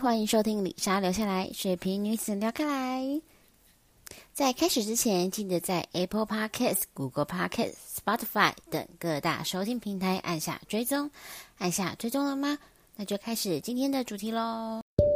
欢迎收听李莎留下来，水瓶女子聊开来。在开始之前，记得在 Apple Podcast、Google Podcast、Spotify 等各大收听平台按下追踪。按下追踪了吗？那就开始今天的主题咯。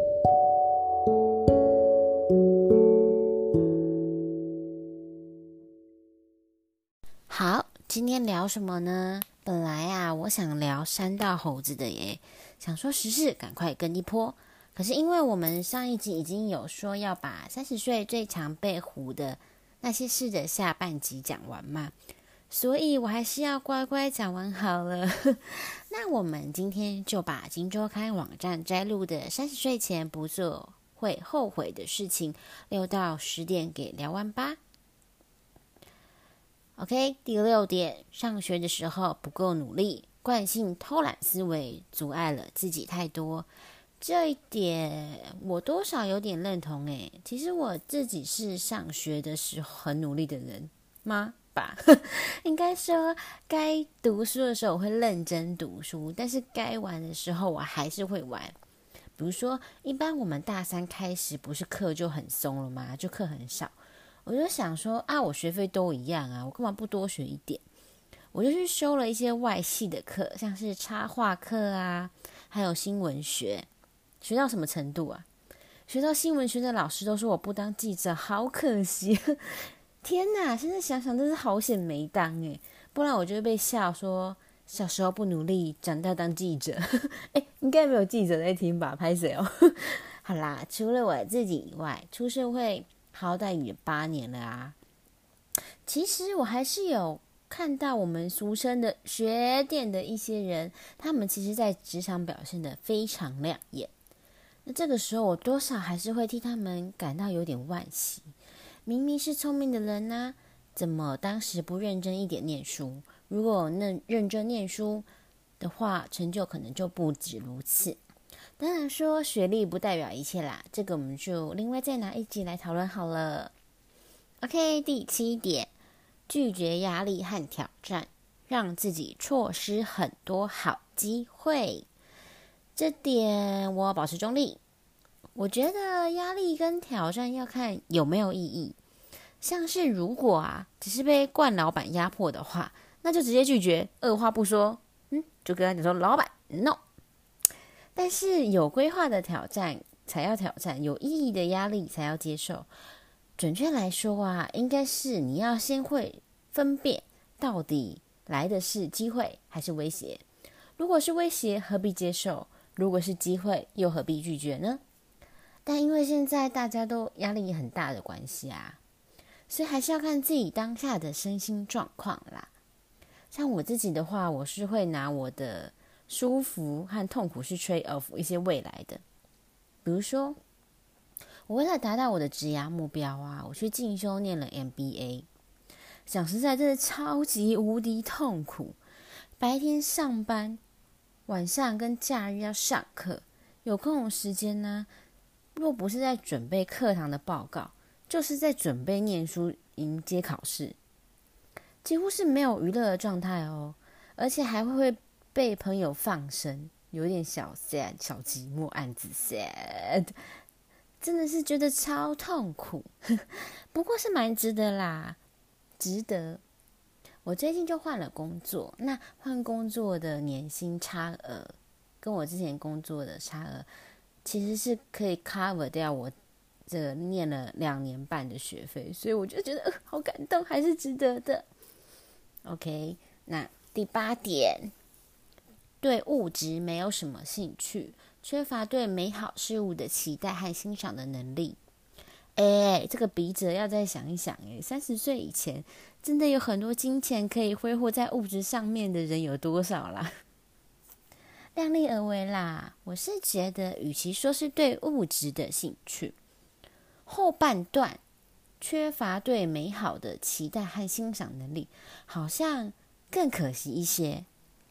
好，今天聊什么呢？本来我想聊山道猴子的耶，想说时事赶快跟一波。可是因为我们上一集已经有说要把30岁最常被唬的那些事的下半集讲完嘛，所以我还是要乖乖讲完好了。那我们今天就把今周刊网站摘录的30岁前不做会后悔的事情6到10点给聊完吧。OK， 第6点，上学的时候不够努力，惯性偷懒思维阻碍了自己太多。这一点我多少有点认同诶。其实我自己是上学的时候很努力的人吗？吧，应该说该读书的时候我会认真读书，但是该玩的时候我还是会玩。比如说，一般我们大3开始不是课就很松了吗？就课很少。我就想说我学费都一样我干嘛不多学一点？我就去修了一些外系的课，像是插画课还有新闻学。学到什么程度啊？学到新闻学的老师都说我不当记者，好可惜。天哪，现在想想真是好险没当耶，不然我就会被笑说小时候不努力，长大当记者。应该没有记者在听吧？拍谁哦？好啦，除了我自己以外，出社会好歹也8年了其实我还是有看到我们俗称的学店的一些人，他们其实在职场表现得非常亮眼。那这个时候我多少还是会替他们感到有点惋惜。明明是聪明的人怎么当时不认真一点念书？如果认真念书的话，成就可能就不止如此。当然说学历不代表一切啦，这个我们就另外再拿一集来讨论好了。OK， 第7点，拒绝压力和挑战，让自己错失很多好机会。这点我保持中立。我觉得压力跟挑战要看有没有意义。像是如果只是被惯老板压迫的话，那就直接拒绝，二话不说，就跟他讲说老板 no。但是有规划的挑战才要挑战，有意义的压力才要接受。准确来说应该是你要先会分辨到底来的是机会还是威胁。如果是威胁，何必接受？如果是机会，又何必拒绝呢？但因为现在大家都压力很大的关系所以还是要看自己当下的身心状况啦。像我自己的话，我是会拿我的舒服和痛苦去 trade off 一些未来的。比如说，我为了达到我的职涯目标我去进修念了 MBA。讲实在真的超级无敌痛苦，白天上班，晚上跟假日要上课，有空的时间若不是在准备课堂的报告，就是在准备念书迎接考试，几乎是没有娱乐的状态而且还会被朋友放生，有点小 sad 小寂寞暗自 sad， 真的是觉得超痛苦。不过是蛮值得啦，值得。我最近就换了工作，那换工作的年薪差额跟我之前工作的差额其实是可以 cover 掉我这个念了2年半的学费，所以我就觉得好感动，还是值得的。OK， 那第8点，对物质没有什么兴趣，缺乏对美好事物的期待和欣赏的能力。这个笔者要再想一想30岁以前真的有很多金钱可以挥霍在物质上面的人有多少啦？量力而为啦，我是觉得与其说是对物质的兴趣，后半段缺乏对美好的期待和欣赏能力，好像更可惜一些。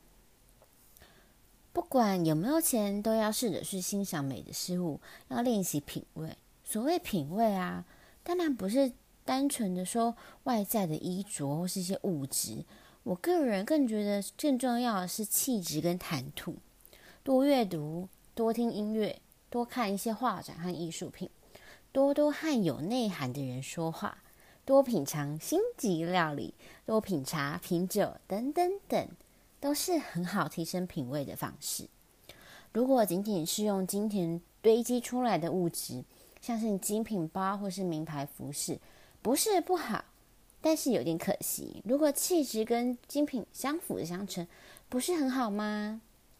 不管有没有钱，都要试着去欣赏美的事物，要练习品味。所谓品味当然不是单纯的说外在的衣着或是一些物质，我个人更觉得更重要的是气质跟谈吐。多阅读，多听音乐， 多看一些画展和艺术品，多多和有内涵的人说话，多品尝星级料理，多品茶、品酒等等等，都是很好提升品味的方式。如果仅仅是用金钱堆积出来的物质，像是精品包或是名牌服饰，不是不好，但是有点可惜。如果气质跟精品相辅相成，不是很好吗？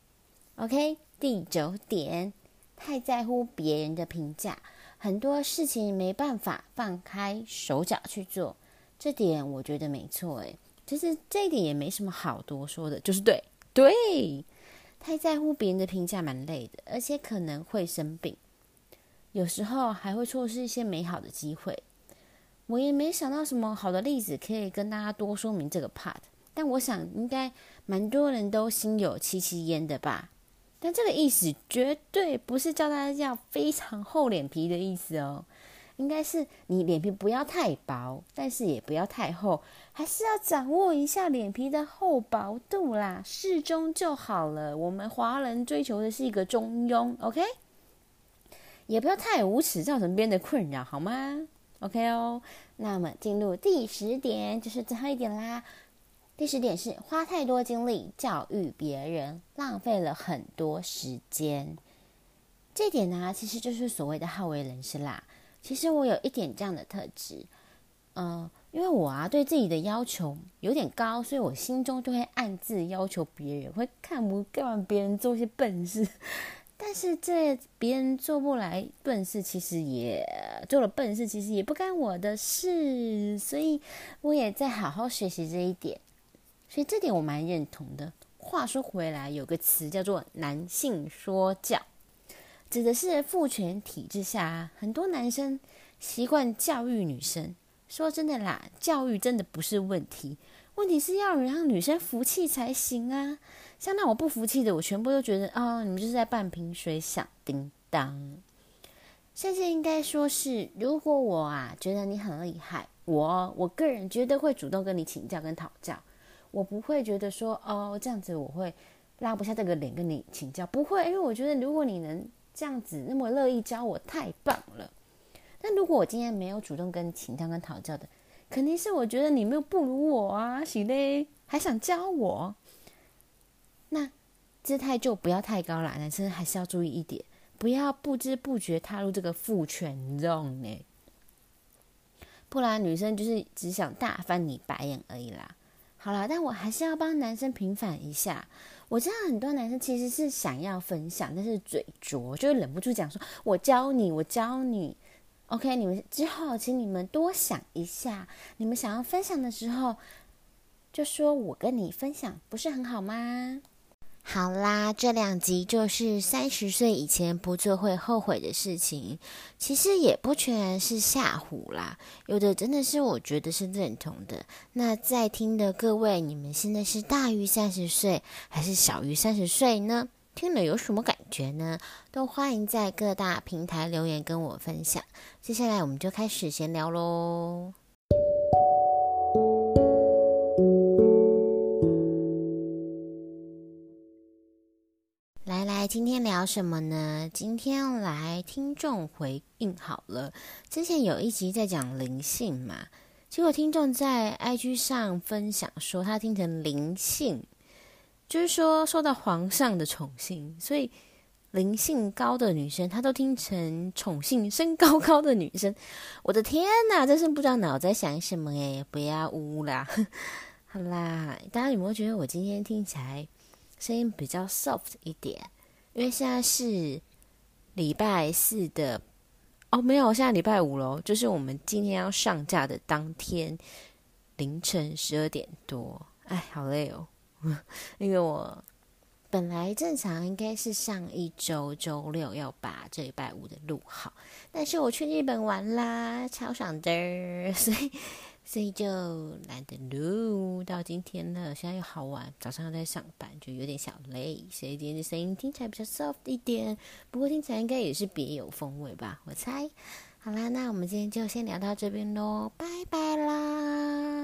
OK， 第9点，太在乎别人的评价，很多事情没办法放开手脚去做。这点我觉得没错诶，就是这一点也没什么好多说的，就是对，太在乎别人的评价蛮累的，而且可能会生病，有时候还会错失一些美好的机会。我也没想到什么好的例子可以跟大家多说明这个 part， 但我想应该蛮多人都心有戚戚焉的吧。但这个意思绝对不是叫大家要非常厚脸皮的意思哦，应该是你脸皮不要太薄，但是也不要太厚，还是要掌握一下脸皮的厚薄度啦，适中就好了。我们华人追求的是一个中庸 ，OK？ 也不要太无耻，造成别人的困扰，好吗？ OK 哦，那我们进入第10点，就是最后一点啦。第10点是花太多精力教育别人，浪费了很多时间。这点呢，其实就是所谓的好为人师啦。其实我有一点这样的特质，因为我对自己的要求有点高，所以我心中就会暗自要求别人，会看不惯别人做一些笨事。但是这别人做不来笨事，其实也做了笨事，其实也不干我的事，所以我也在好好学习这一点。所以这点我蛮认同的。话说回来，有个词叫做男性说教，指的是父权体制下很多男生习惯教育女生。说真的啦，教育真的不是问题，问题是要让女生服气才行啊。像那我不服气的，我全部都觉得你们就是在半瓶水响叮当。甚至应该说是，如果我觉得你很厉害，我个人绝对会主动跟你请教跟讨教。我不会觉得说这样子我会拉不下这个脸跟你请教，不会，因为我觉得如果你能这样子那么乐意教我，太棒了。但如果我今天没有主动跟你请教跟讨教的，肯定是我觉得你没有不如我啊，是嘞，还想教我，那姿态就不要太高啦，男生还是要注意一点，不要不知不觉踏入这个父权 zone 呢，不然女生就是只想大翻你白眼而已啦。好啦，但我还是要帮男生平反一下。我知道很多男生其实是想要分享，但是嘴拙，就会忍不住讲说我教你 OK， 你们之后请你们多想一下，你们想要分享的时候就说我跟你分享，不是很好吗？好啦，这2集就是30岁以前不做会后悔的事情，其实也不全然是吓唬啦，有的真的是我觉得是认同的。那在听的各位，你们现在是大于30岁还是小于30岁呢？听了有什么感觉呢？都欢迎在各大平台留言跟我分享。接下来我们就开始闲聊咯。来，今天聊什么呢？今天来听众回应好了。之前有一集在讲灵性嘛，结果听众在 IG 上分享说他听成灵性，就是说受到皇上的宠幸，所以灵性高的女生她都听成宠幸身高高的女生。我的天哪，真是不知道脑在想什么耶，不要污啦。好啦，大家有没有觉得我今天听起来声音比较 soft 一点？因为现在是礼拜4的没有，现在礼拜5咯，就是我们今天要上架的当天凌晨12点多。好累哦。因为我本来正常应该是上一周周6要把这礼拜5的录好，但是我去日本玩啦，超爽的，所以就懒得录到今天了。现在又好晚，早上要在上班，就有点小累，所以今天的声音听起来比较 soft 一点，不过听起来应该也是别有风味吧，我猜。好啦，那我们今天就先聊到这边咯，拜拜啦。